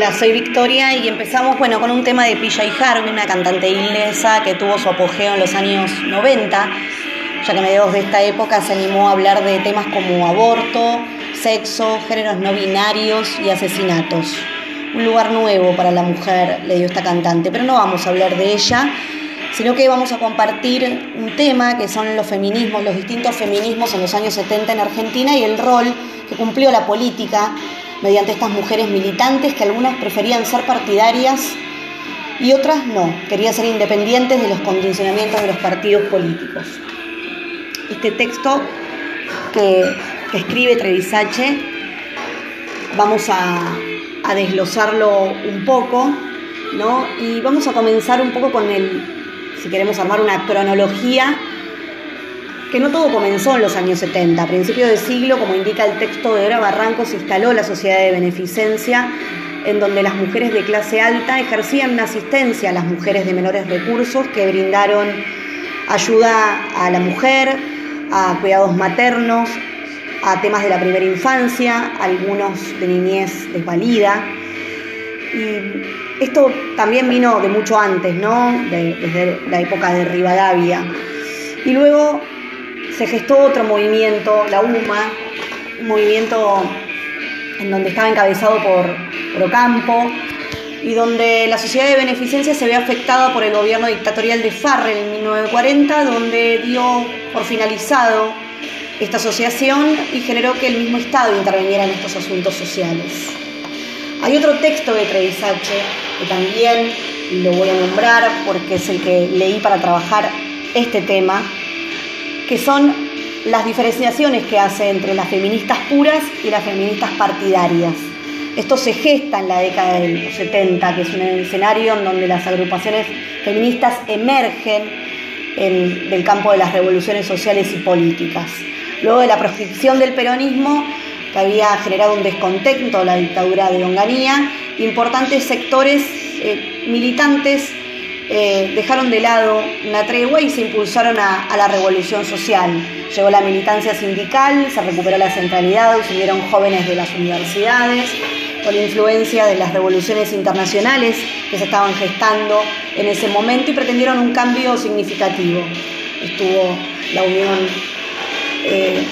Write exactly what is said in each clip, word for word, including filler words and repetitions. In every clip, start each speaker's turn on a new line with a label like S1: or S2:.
S1: Hola, soy Victoria y empezamos bueno, con un tema de P J Harvey, una cantante inglesa que tuvo su apogeo en los años noventa, ya que a mediados de esta época se animó a hablar de temas como aborto, sexo, géneros no binarios y asesinatos. Un lugar nuevo para la mujer le dio esta cantante, pero no vamos a hablar de ella, sino que vamos a compartir un tema que son los feminismos, los distintos feminismos en los años setenta en Argentina y el rol que cumplió la política mediante estas mujeres militantes que algunas preferían ser partidarias y otras no, querían ser independientes de los condicionamientos de los partidos políticos. Este texto que, que escribe Trevisace, vamos a, a desglosarlo un poco, ¿no? Y vamos a comenzar un poco con el, si queremos armar una cronología, que no todo comenzó en los años setenta. A principios de siglo, como indica el texto de Dora Barranco, se instaló la Sociedad de Beneficencia, en donde las mujeres de clase alta ejercían una asistencia a las mujeres de menores recursos que brindaron ayuda a la mujer, a cuidados maternos, a temas de la primera infancia, algunos de niñez desvalida. Y esto también vino de mucho antes, ¿no? De, desde la época de Rivadavia. Y luego se gestó otro movimiento, la U M A, un movimiento en donde estaba encabezado por, por Ocampo y donde la Sociedad de Beneficencia se ve afectada por el gobierno dictatorial de Farrell en mil novecientos cuarenta, donde dio por finalizado esta asociación y generó que el mismo Estado interviniera en estos asuntos sociales. Hay otro texto de Trevisace que también lo voy a nombrar porque es el que leí para trabajar este tema, que son las diferenciaciones que hace entre las feministas puras y las feministas partidarias. Esto se gesta en la década de los setenta, que es un escenario en donde las agrupaciones feministas emergen en, del campo de las revoluciones sociales y políticas. Luego de la proscripción del peronismo, que había generado un descontento a la dictadura de Onganía, importantes sectores eh, militantes Eh, dejaron de lado una tregua y se impulsaron a, a la revolución social. Llegó la militancia sindical, se recuperó la centralidad, subieron jóvenes de las universidades, con influencia de las revoluciones internacionales que se estaban gestando en ese momento y pretendieron un cambio significativo. Estuvo la Unión eh,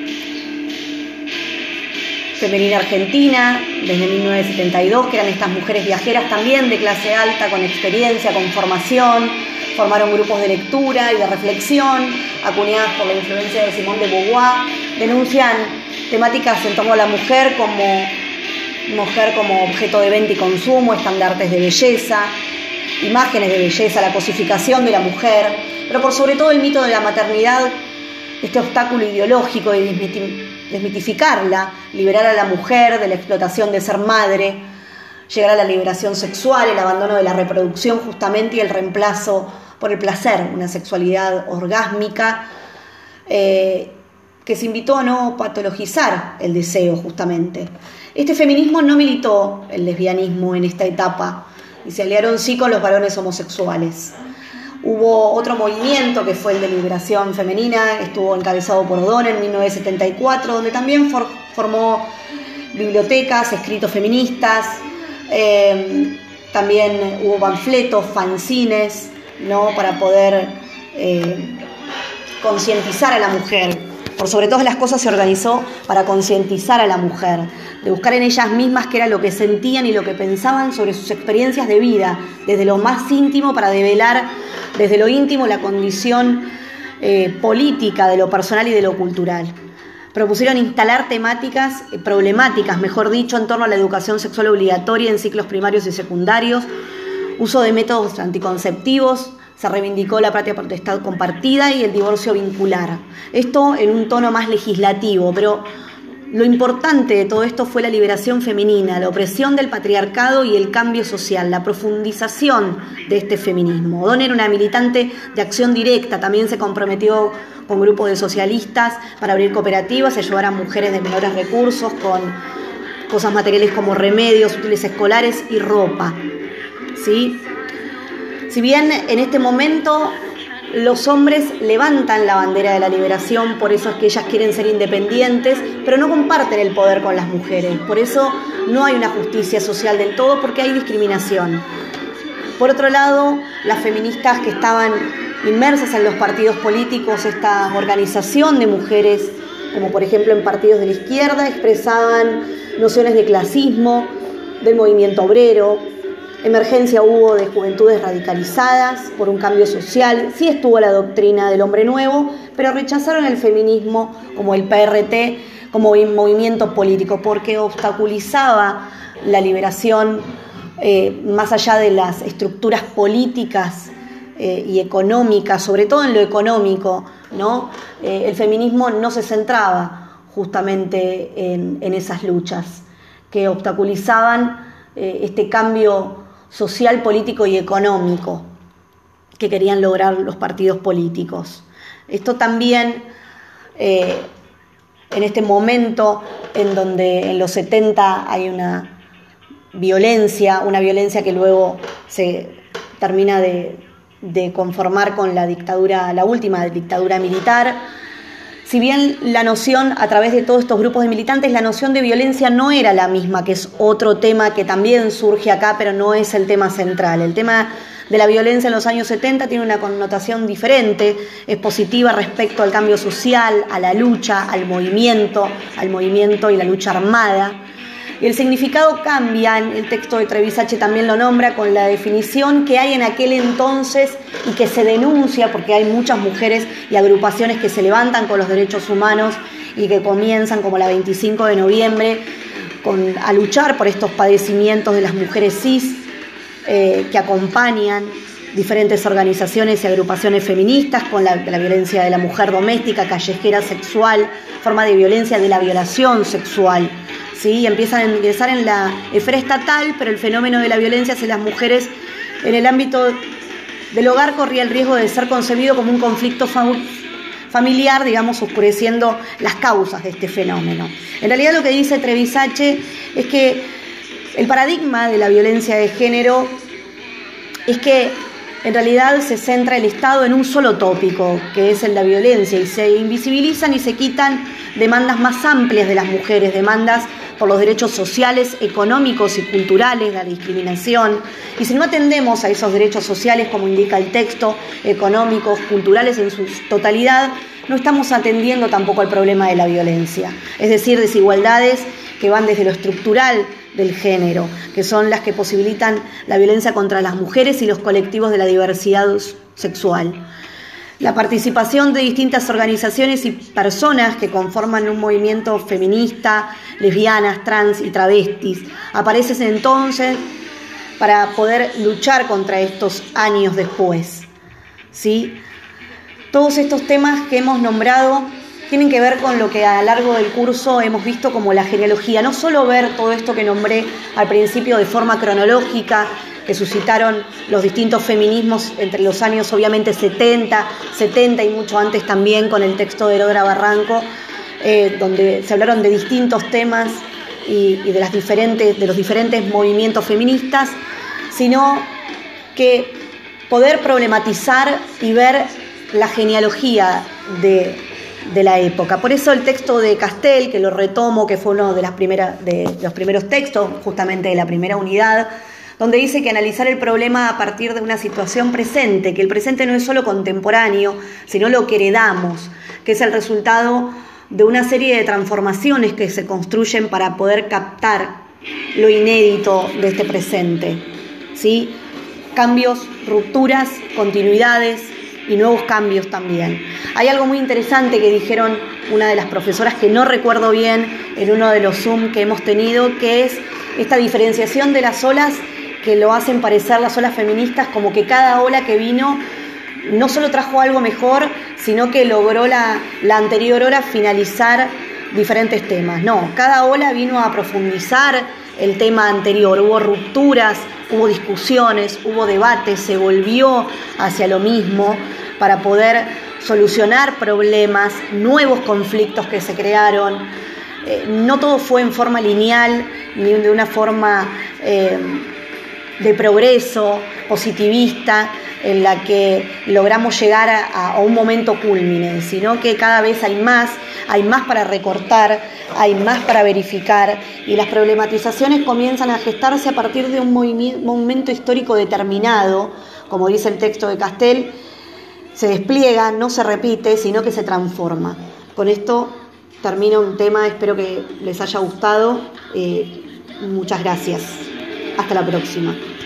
S1: Femenina Argentina desde mil novecientos setenta y dos, que eran estas mujeres viajeras también de clase alta, con experiencia, con formación, formaron grupos de lectura y de reflexión, acuñadas por la influencia de Simone de Beauvoir, denuncian temáticas en torno a la mujer como mujer como objeto de venta y consumo, estandartes de belleza, imágenes de belleza, la cosificación de la mujer, pero por sobre todo el mito de la maternidad, este obstáculo ideológico y desmitificarla, liberar a la mujer de la explotación de ser madre, llegar a la liberación sexual, el abandono de la reproducción justamente y el reemplazo por el placer, una sexualidad orgásmica eh, que se invitó a no patologizar el deseo justamente. Este feminismo no militó el lesbianismo en esta etapa y se aliaron sí con los varones homosexuales. Hubo otro movimiento que fue el de liberación femenina, estuvo encabezado por O'Donnell en mil novecientos setenta y cuatro, donde también for, formó bibliotecas, escritos feministas, eh, también hubo panfletos, fanzines, ¿no? Para poder eh, concientizar a la mujer. Por sobre todas las cosas se organizó para concientizar a la mujer, de buscar en ellas mismas qué era lo que sentían y lo que pensaban sobre sus experiencias de vida, desde lo más íntimo para develar desde lo íntimo la condición eh, política de lo personal y de lo cultural. Propusieron instalar temáticas, eh, problemáticas, mejor dicho, en torno a la educación sexual obligatoria en ciclos primarios y secundarios, uso de métodos anticonceptivos, se reivindicó la patria potestad compartida y el divorcio vincular. Esto en un tono más legislativo, pero lo importante de todo esto fue la liberación femenina, la opresión del patriarcado y el cambio social, la profundización de este feminismo. O'Donnell era una militante de acción directa, también se comprometió con grupos de socialistas para abrir cooperativas y ayudar a mujeres de menores recursos con cosas materiales como remedios, útiles escolares y ropa, ¿sí? Si bien en este momento los hombres levantan la bandera de la liberación, por eso es que ellas quieren ser independientes, pero no comparten el poder con las mujeres. Por eso no hay una justicia social del todo, porque hay discriminación. Por otro lado, las feministas que estaban inmersas en los partidos políticos, esta organización de mujeres, como por ejemplo en partidos de la izquierda, expresaban nociones de clasismo, del movimiento obrero. Emergencia hubo de juventudes radicalizadas por un cambio social. Sí estuvo la doctrina del hombre nuevo, pero rechazaron el feminismo como el P R T, como movimiento político, porque obstaculizaba la liberación eh, más allá de las estructuras políticas eh, y económicas, sobre todo en lo económico, ¿no? Eh, el feminismo no se centraba justamente en, en esas luchas que obstaculizaban eh, este cambio social, político y económico que querían lograr los partidos políticos. Esto también, eh, en este momento en donde en los setenta hay una violencia, una violencia que luego se termina de, de conformar con la dictadura, la última dictadura militar. Si bien la noción, a través de todos estos grupos de militantes, la noción de violencia no era la misma, que es otro tema que también surge acá, pero no es el tema central. El tema de la violencia en los años setenta tiene una connotación diferente, es positiva respecto al cambio social, a la lucha, al movimiento, al movimiento y la lucha armada. Y el significado cambia, en el texto de Trevisache también lo nombra, con la definición que hay en aquel entonces y que se denuncia, porque hay muchas mujeres y agrupaciones que se levantan con los derechos humanos y que comienzan, como la veinticinco de noviembre, con, a luchar por estos padecimientos de las mujeres cis, eh, que acompañan diferentes organizaciones y agrupaciones feministas con la, la violencia de la mujer doméstica, callejera, sexual, forma de violencia de la violación sexual. ¿Sí? Y empiezan a ingresar en la esfera estatal, pero el fenómeno de la violencia hacia las mujeres en el ámbito del hogar corría el riesgo de ser concebido como un conflicto familiar, digamos, oscureciendo las causas de este fenómeno. En realidad lo que dice Trevisache es que el paradigma de la violencia de género es que en realidad se centra el Estado en un solo tópico, que es el de la violencia, y se invisibilizan y se quitan demandas más amplias de las mujeres, demandas por los derechos sociales, económicos y culturales, la discriminación. Y si no atendemos a esos derechos sociales, como indica el texto, económicos, culturales en su totalidad, no estamos atendiendo tampoco al problema de la violencia. Es decir, desigualdades que van desde lo estructural del género, que son las que posibilitan la violencia contra las mujeres y los colectivos de la diversidad sexual. La participación de distintas organizaciones y personas que conforman un movimiento feminista, lesbianas, trans y travestis, aparecen entonces para poder luchar contra estos años después. ¿Sí? Todos estos temas que hemos nombrado tienen que ver con lo que a lo largo del curso hemos visto como la genealogía. No solo ver todo esto que nombré al principio de forma cronológica, que suscitaron los distintos feminismos entre los años obviamente setenta, setenta y mucho antes también con el texto de Herodra Barranco, eh, donde se hablaron de distintos temas y, y de, las diferentes, de los diferentes movimientos feministas, sino que poder problematizar y ver la genealogía de, de la época. Por eso el texto de Castel, que lo retomo, que fue uno de, las primeras, de los primeros textos justamente de la primera unidad, donde dice que analizar el problema a partir de una situación presente, que el presente no es solo contemporáneo, sino lo que heredamos, que es el resultado de una serie de transformaciones que se construyen para poder captar lo inédito de este presente, ¿sí? Cambios, rupturas, continuidades y nuevos cambios también. Hay algo muy interesante que dijeron una de las profesoras, que no recuerdo bien, en uno de los Zoom que hemos tenido, que es esta diferenciación de las olas, que lo hacen parecer las olas feministas como que cada ola que vino no solo trajo algo mejor, sino que logró la, la anterior ola finalizar diferentes temas. No, cada ola vino a profundizar el tema anterior, hubo rupturas, hubo discusiones, hubo debates, se volvió hacia lo mismo para poder solucionar problemas, nuevos conflictos que se crearon. Eh, no todo fue en forma lineal, ni de una forma... Eh, de progreso, positivista, en la que logramos llegar a, a un momento cúlmine, sino que cada vez hay más, hay más para recortar, hay más para verificar, y las problematizaciones comienzan a gestarse a partir de un momento histórico determinado, como dice el texto de Castel, se despliega, no se repite, sino que se transforma. Con esto termino un tema, espero que les haya gustado. Eh, muchas gracias. Hasta la próxima.